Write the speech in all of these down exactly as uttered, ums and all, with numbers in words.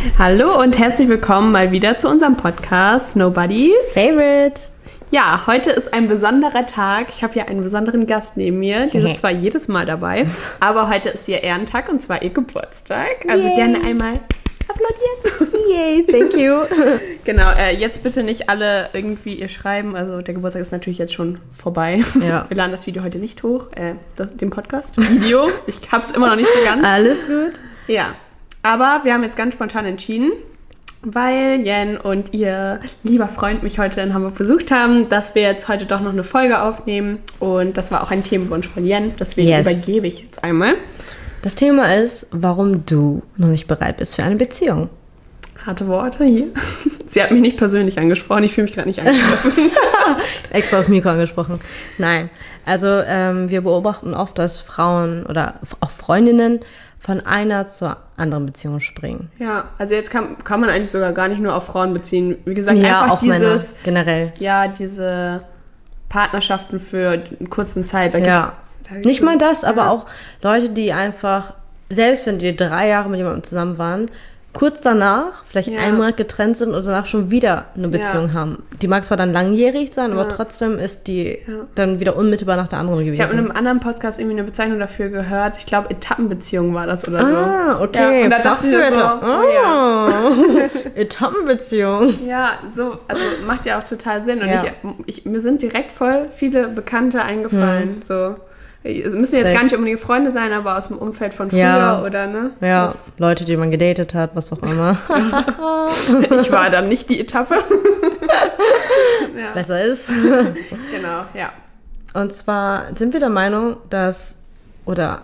Hallo und herzlich willkommen mal wieder zu unserem Podcast Nobody's Favorite. Ja, heute ist ein besonderer Tag. Ich habe hier einen besonderen Gast neben mir. Die ist zwar jedes Mal dabei, aber heute ist ihr Ehrentag und zwar ihr Geburtstag. Also Yay. Gerne einmal applaudieren. Yay, thank you. Genau, äh, jetzt bitte nicht alle irgendwie ihr schreiben. Also der Geburtstag ist natürlich jetzt schon vorbei. Ja. Wir laden das Video heute nicht hoch, äh, das, den Podcast, Video. Ich habe es immer noch nicht so ganz. Alles gut. Ja, aber wir haben jetzt ganz spontan entschieden, weil Jen und ihr lieber Freund mich heute in Hamburg besucht haben, dass wir jetzt heute doch noch eine Folge aufnehmen. Und das war auch ein Themenwunsch von Jen, deswegen yes. übergebe ich jetzt einmal. Das Thema ist, warum du noch nicht bereit bist für eine Beziehung. Harte Worte hier. Sie hat mich nicht persönlich angesprochen, ich fühle mich gerade nicht angesprochen. Extra das Mikro angesprochen. Nein, also ähm, wir beobachten oft, dass Frauen oder auch Freundinnen von einer zur anderen Beziehung springen. Ja, also jetzt kann, kann man eigentlich sogar gar nicht nur auf Frauen beziehen. Wie gesagt, ja, einfach auch dieses, Männer, generell. Ja, diese Partnerschaften für eine kurze Zeit. Da ja, gibt's, da nicht mal das, ja. aber auch Leute, die einfach, selbst wenn die drei Jahre mit jemandem zusammen waren, kurz danach, vielleicht ja. einen Monat getrennt sind und danach schon wieder eine Beziehung ja. haben. Die mag zwar dann langjährig sein, ja. aber trotzdem ist die ja. dann wieder unmittelbar nach der anderen gewesen. Ich habe in einem anderen Podcast irgendwie eine Bezeichnung dafür gehört. Ich glaube, Etappenbeziehung war das oder so. Ah, okay. Ja, und da dachte ich so, oh, oh. Etappenbeziehung. Ja, so, also macht ja auch total Sinn. Und ja. ich, ich, mir sind direkt voll viele Bekannte eingefallen, hm. so. Es müssen jetzt Sehr. gar nicht unbedingt Freunde sein, aber aus dem Umfeld von früher ja. oder, ne? Ja, das Leute, die man gedatet hat, was auch immer. Ich war dann nicht die Etappe. ja. Besser ist. Genau, ja. Und zwar sind wir der Meinung, dass, oder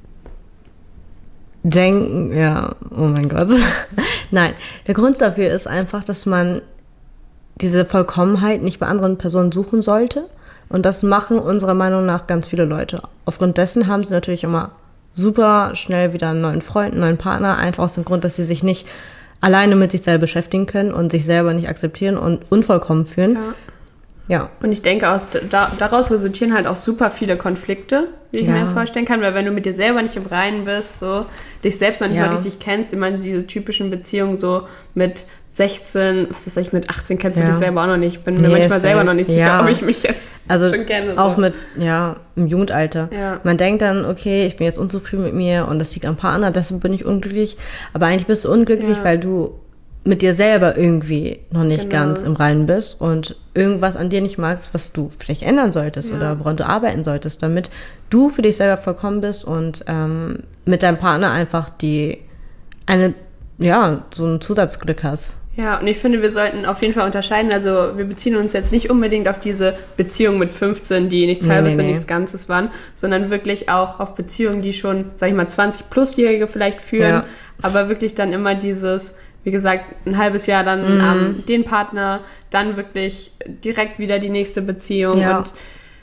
denken, ja, oh mein Gott. Nein, der Grund dafür ist einfach, dass man diese Vollkommenheit nicht bei anderen Personen suchen sollte. Und das machen unserer Meinung nach ganz viele Leute. Aufgrund dessen haben sie natürlich immer super schnell wieder einen neuen Freund, einen neuen Partner, einfach aus dem Grund, dass sie sich nicht alleine mit sich selber beschäftigen können und sich selber nicht akzeptieren und unvollkommen fühlen. Ja. ja. Und ich denke, aus, da, daraus resultieren halt auch super viele Konflikte, wie ich ja. mir das vorstellen kann, weil wenn du mit dir selber nicht im Reinen bist, so dich selbst noch nicht ja. mal richtig kennst, ich meine, diese typischen Beziehungen so mit sechzehn, was ist das, mit achtzehn kennst ja. du dich selber auch noch nicht. Ich bin mir nee, manchmal selber noch nicht sicher, ja. ob ich mich jetzt also schon kenne. So. Auch mit, ja, im Jugendalter. Ja. Man denkt dann, okay, ich bin jetzt unzufrieden mit mir und das liegt am Partner, deshalb bin ich unglücklich. Aber eigentlich bist du unglücklich, ja. weil du mit dir selber irgendwie noch nicht genau. ganz im Reinen bist und irgendwas an dir nicht magst, was du vielleicht ändern solltest ja. oder woran du arbeiten solltest, damit du für dich selber vollkommen bist und ähm, mit deinem Partner einfach die eine, ja, so ein Zusatzglück hast. Ja, und ich finde, wir sollten auf jeden Fall unterscheiden. Also wir beziehen uns jetzt nicht unbedingt auf diese Beziehung mit fünfzehn, die nichts Halbes nee, nee, und nee. nichts Ganzes waren, sondern wirklich auch auf Beziehungen, die schon, sag ich mal, zwanzig-Plus-Jährige vielleicht führen, ja. aber wirklich dann immer dieses, wie gesagt, ein halbes Jahr dann mhm. ähm, den Partner, dann wirklich direkt wieder die nächste Beziehung. Ja. Und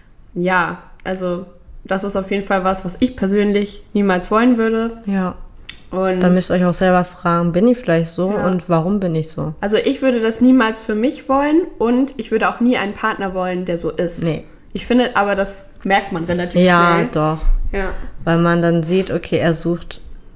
ja, also das ist auf jeden Fall was, was ich persönlich niemals wollen würde. Ja. Und dann müsst ihr euch auch selber fragen, bin ich vielleicht so ja. und warum bin ich so? Also ich würde das niemals für mich wollen und ich würde auch nie einen Partner wollen, der so ist. Nee. Ich finde, aber das merkt man relativ ja, schnell. Ja, doch. Ja. Weil man dann sieht, okay, er sucht...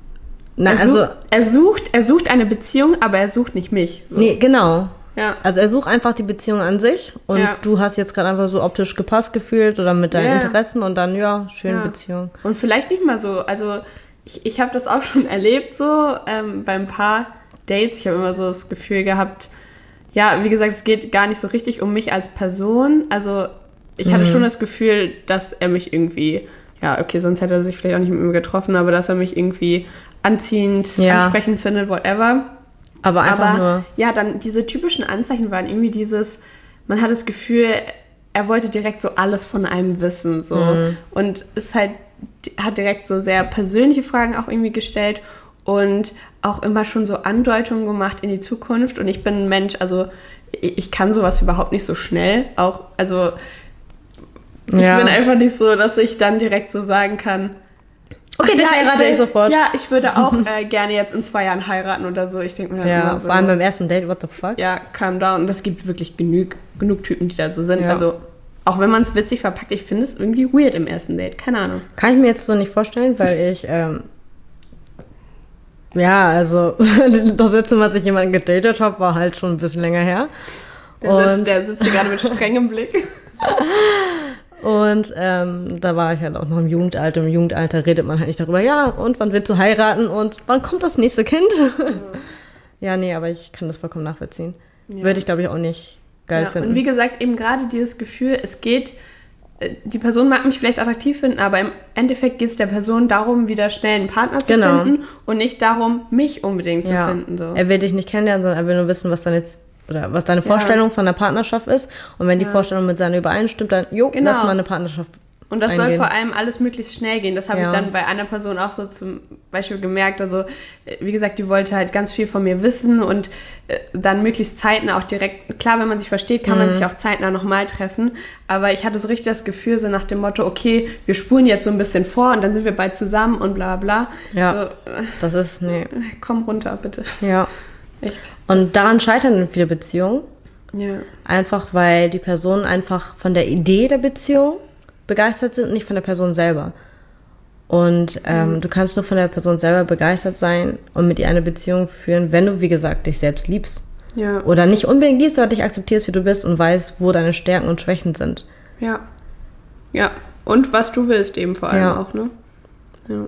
Na, er, also, sucht er, sucht, er sucht eine Beziehung, aber er sucht nicht mich. So. Nee, genau. Ja. Also er sucht einfach die Beziehung an sich und ja. du hast jetzt gerade einfach so optisch gepasst gefühlt oder mit deinen ja. Interessen und dann, ja, schöne ja. Beziehung. Und vielleicht nicht mal so, also... Ich, ich habe das auch schon erlebt, so ähm, bei ein paar Dates. Ich habe immer so das Gefühl gehabt, ja, wie gesagt, es geht gar nicht so richtig um mich als Person. Also ich hatte mhm. schon das Gefühl, dass er mich irgendwie, ja, okay, sonst hätte er sich vielleicht auch nicht mit mir getroffen, aber dass er mich irgendwie anziehend, ja. ansprechend findet, whatever. Aber einfach aber, nur... Ja, dann diese typischen Anzeichen waren irgendwie dieses, man hat das Gefühl, er wollte direkt so alles von einem wissen, so. Mhm. Und ist halt hat direkt so sehr persönliche Fragen auch irgendwie gestellt und auch immer schon so Andeutungen gemacht in die Zukunft. Und ich bin ein Mensch, also ich kann sowas überhaupt nicht so schnell. Auch, also ich ja. bin einfach nicht so, dass ich dann direkt so sagen kann, okay, das ja, heirate ich, ich sofort. Ja, ich würde auch äh, gerne jetzt in zwei Jahren heiraten oder so. Ich denke mir dann ja, immer so. Vor allem beim ersten Date, what the fuck? Ja, calm down. Und es gibt wirklich genug, genug Typen, die da so sind. Ja. Also auch wenn man es witzig verpackt, ich finde es irgendwie weird im ersten Date. Keine Ahnung. Kann ich mir jetzt so nicht vorstellen, weil ich ähm, Ja, also das letzte Mal, als ich jemanden gedatet habe, war halt schon ein bisschen länger her. Der, und sitzt, der sitzt hier gerade mit strengem Blick. Und ähm, da war ich halt auch noch im Jugendalter. Im Jugendalter redet man halt nicht darüber, ja, und wann willst du heiraten und wann kommt das nächste Kind? Ja, ja nee, aber ich kann das vollkommen nachvollziehen. Ja. Würde ich, glaube ich, auch nicht geil ja, finden. Und wie gesagt, eben gerade dieses Gefühl, es geht, die Person mag mich vielleicht attraktiv finden, aber im Endeffekt geht es der Person darum, wieder schnell einen Partner zu genau. finden und nicht darum, mich unbedingt ja. zu finden. So. Er will dich nicht kennenlernen, sondern er will nur wissen, was dann jetzt oder was deine Vorstellung ja. von der Partnerschaft ist. Und wenn die ja. Vorstellung mit seiner übereinstimmt, dann, jo, genau. lass mal eine Partnerschaft Und das eingehen. soll vor allem alles möglichst schnell gehen. Das habe ja. ich dann bei einer Person auch so zum Beispiel gemerkt. Also, wie gesagt, die wollte halt ganz viel von mir wissen und äh, dann möglichst zeitnah auch direkt, klar, wenn man sich versteht, kann mhm. man sich auch zeitnah nochmal treffen. Aber ich hatte so richtig das Gefühl, so nach dem Motto, okay, wir spulen jetzt so ein bisschen vor und dann sind wir bald zusammen und bla bla. Ja, so, äh, das ist, nee. Komm runter, bitte. Ja. Echt. Und daran scheitern viele Beziehungen. Ja. Einfach, weil die Personen einfach von der Idee der Beziehung begeistert sind und nicht von der Person selber. Und ähm, mhm. du kannst nur von der Person selber begeistert sein und mit ihr eine Beziehung führen, wenn du, wie gesagt, dich selbst liebst. Ja. Oder nicht unbedingt liebst, aber dich akzeptierst, wie du bist und weißt, wo deine Stärken und Schwächen sind. Ja. Ja. Und was du willst eben vor allem ja. auch, ne? Ja.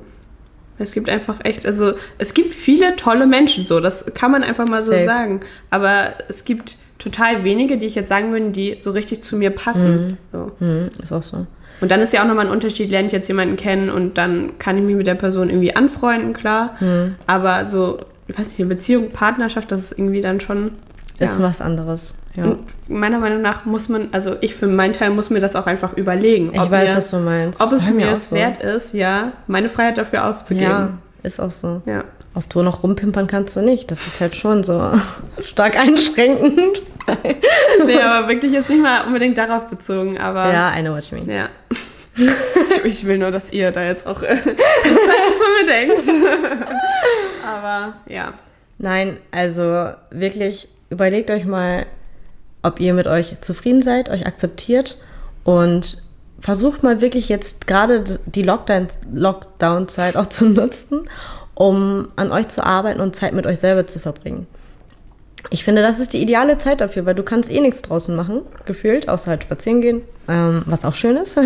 Es gibt einfach echt, also es gibt viele tolle Menschen, so, das kann man einfach mal so Safe. sagen. Aber es gibt total wenige, die ich jetzt sagen würde, die so richtig zu mir passen. Mhm. So. Mhm. Ist auch so. Und dann ist ja auch nochmal ein Unterschied, lerne ich jetzt jemanden kennen und dann kann ich mich mit der Person irgendwie anfreunden, klar. Mhm. Aber so, ich weiß nicht, eine Beziehung, Partnerschaft, das ist irgendwie dann schon... Ist ja. was anderes, ja. Und meiner Meinung nach muss man, also ich für meinen Teil muss mir das auch einfach überlegen. Ich weiß, mir, was du meinst. Ob es mir es so. wert ist, ja, meine Freiheit dafür aufzugeben. Ja, ist auch so. Ja. Auf Tour noch rumpimpern kannst du nicht. Das ist halt schon so stark einschränkend. Nee, aber wirklich jetzt nicht mal unbedingt darauf bezogen, aber... Ja, I know what you mean. Ja. ich, ich will nur, dass ihr da jetzt auch äh, was von mir denkt. Aber, ja. Nein, also wirklich... Überlegt euch mal, ob ihr mit euch zufrieden seid, euch akzeptiert und versucht mal wirklich jetzt gerade die Lockdown- Lockdown-Zeit auch zu nutzen, um an euch zu arbeiten und Zeit mit euch selber zu verbringen. Ich finde, das ist die ideale Zeit dafür, weil du kannst eh nichts draußen machen, gefühlt, außer halt spazieren gehen, ähm, was auch schön ist.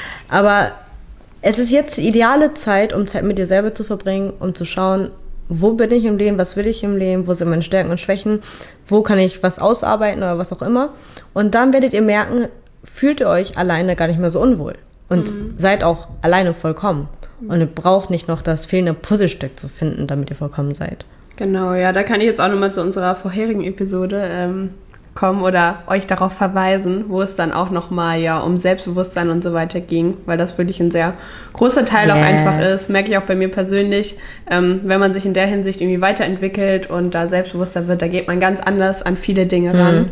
Aber es ist jetzt die ideale Zeit, um Zeit mit dir selber zu verbringen, um zu schauen, wo bin ich im Leben, was will ich im Leben, wo sind meine Stärken und Schwächen, wo kann ich was ausarbeiten oder was auch immer. Und dann werdet ihr merken, fühlt ihr euch alleine gar nicht mehr so unwohl und mhm. seid auch alleine vollkommen. Mhm. Und ihr braucht nicht noch das fehlende Puzzlestück zu finden, damit ihr vollkommen seid. Genau, ja, da kann ich jetzt auch nochmal zu unserer vorherigen Episode ähm, kommen oder euch darauf verweisen, wo es dann auch nochmal ja um Selbstbewusstsein und so weiter ging, weil das wirklich ein sehr großer Teil yes. auch einfach ist, merke ich auch bei mir persönlich, ähm, wenn man sich in der Hinsicht irgendwie weiterentwickelt und da selbstbewusster wird, da geht man ganz anders an viele Dinge mhm. ran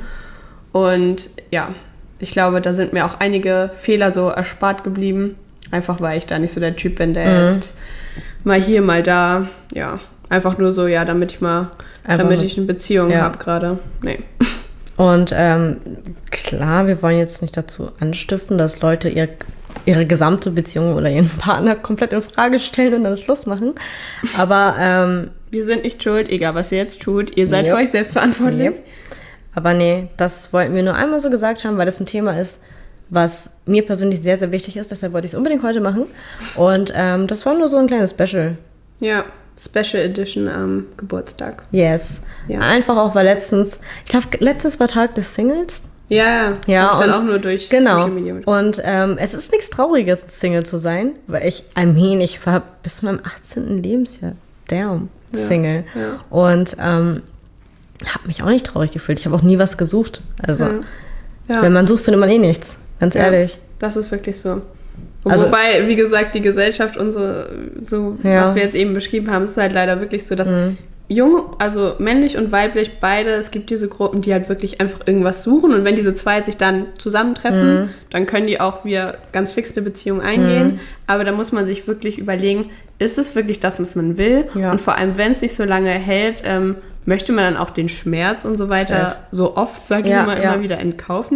und ja, ich glaube, da sind mir auch einige Fehler so erspart geblieben, einfach weil ich da nicht so der Typ bin, der mhm. jetzt mal hier, mal da, ja, einfach nur so, ja, damit ich mal, einfach damit ich eine Beziehung ja. habe gerade, nee. Und ähm, klar, wir wollen jetzt nicht dazu anstiften, dass Leute ihr, ihre gesamte Beziehung oder ihren Partner komplett in Frage stellen und dann Schluss machen. Aber ähm, wir sind nicht schuld, egal was ihr jetzt tut. Ihr seid yep. für euch selbst verantwortlich. Yep. Aber nee, das wollten wir nur einmal so gesagt haben, weil das ein Thema ist, was mir persönlich sehr, sehr wichtig ist. Deshalb wollte ich es unbedingt heute machen. Und ähm, das war nur so ein kleines Special. Ja. Special Edition am Geburtstag. Yes. Ja. Einfach auch, weil letztens, ich glaube, letztens war Tag des Singles. Ja, ja. Und dann und, auch nur durch genau. Social Media. Mit. Und ähm, es ist nichts Trauriges, Single zu sein, weil ich, I mean, ich war bis zu meinem achtzehnten Lebensjahr, damn, ja. Single. Ja. Und ähm, habe mich auch nicht traurig gefühlt. Ich habe auch nie was gesucht. Also, ja. Ja. wenn man sucht, findet man eh nichts. Ganz ja. ehrlich. Das ist wirklich so. Also, Wobei, wie gesagt, die Gesellschaft, unsere, so ja. was wir jetzt eben beschrieben haben, ist halt leider wirklich so, dass mhm. jung, also männlich und weiblich, beide, es gibt diese Gruppen, die halt wirklich einfach irgendwas suchen und wenn diese zwei sich dann zusammentreffen, mhm. dann können die auch wieder ganz fix eine Beziehung eingehen, mhm. aber da muss man sich wirklich überlegen, ist es wirklich das, was man will? Ja. Und vor allem, wenn es nicht so lange hält, ähm, möchte man dann auch den Schmerz und so weiter Safe. so oft, sage ja, ich mal, ja. immer wieder in Kauf nehmen?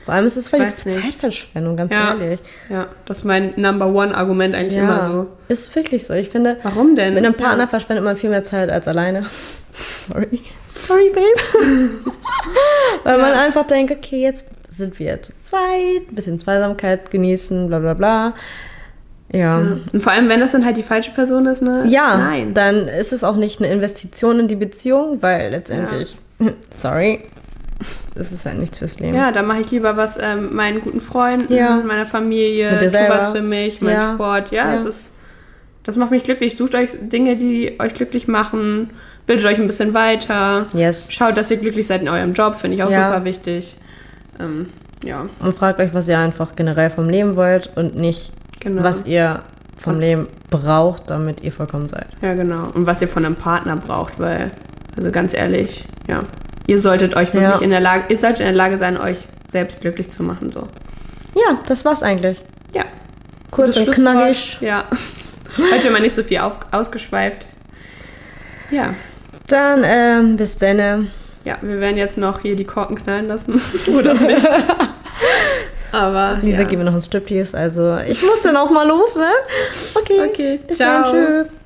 Vor allem ist es voll Weiß die nicht. Zeitverschwendung, ganz Ja. ehrlich. Ja, das ist mein Number One Argument eigentlich immer so. Ist wirklich so. Ich finde, Warum denn? mit einem Partner Ja. verschwendet man viel mehr Zeit als alleine. Sorry. Sorry, babe. Weil man einfach denkt, okay, jetzt sind wir zu zweit, ein bisschen Zweisamkeit genießen, bla bla bla. Ja. Ja. Und vor allem, wenn das dann halt die falsche Person ist, ne? Ja, Nein. dann ist es auch nicht eine Investition in die Beziehung, weil letztendlich, sorry, das ist halt nichts fürs Leben. Ja, dann mache ich lieber was ähm, meinen guten Freunden, Ja. meiner Familie, Mit dir tu selber. was für mich, mein Ja. Sport. Ja, Ja. es ist, das macht mich glücklich. Sucht euch Dinge, die euch glücklich machen, bildet euch ein bisschen weiter. Yes. Schaut, dass ihr glücklich seid in eurem Job, finde ich auch Ja. super wichtig. Ähm, ja, Und fragt euch, was ihr einfach generell vom Leben wollt und nicht, genau. was ihr vom Leben braucht, damit ihr vollkommen seid. Ja, genau. Und was ihr von einem Partner braucht, weil, also ganz ehrlich, ja, ihr solltet euch wirklich Ja. in der Lage, ihr solltet in der Lage sein, euch selbst glücklich zu machen, so. Ja, das war's eigentlich. Ja. Kurz Gutes und Schlusswort. knackig. Ja. Heute mal nicht so viel auf, ausgeschweift. Ja. Dann, ähm, bis dann. Ja, wir werden jetzt noch hier die Korken knallen lassen. Oder nicht? Aber. Lisa, ja. gib mir noch ein Striptease, also ich muss dann auch mal los, ne? Okay. Okay, Bis ciao. dann, tschüss.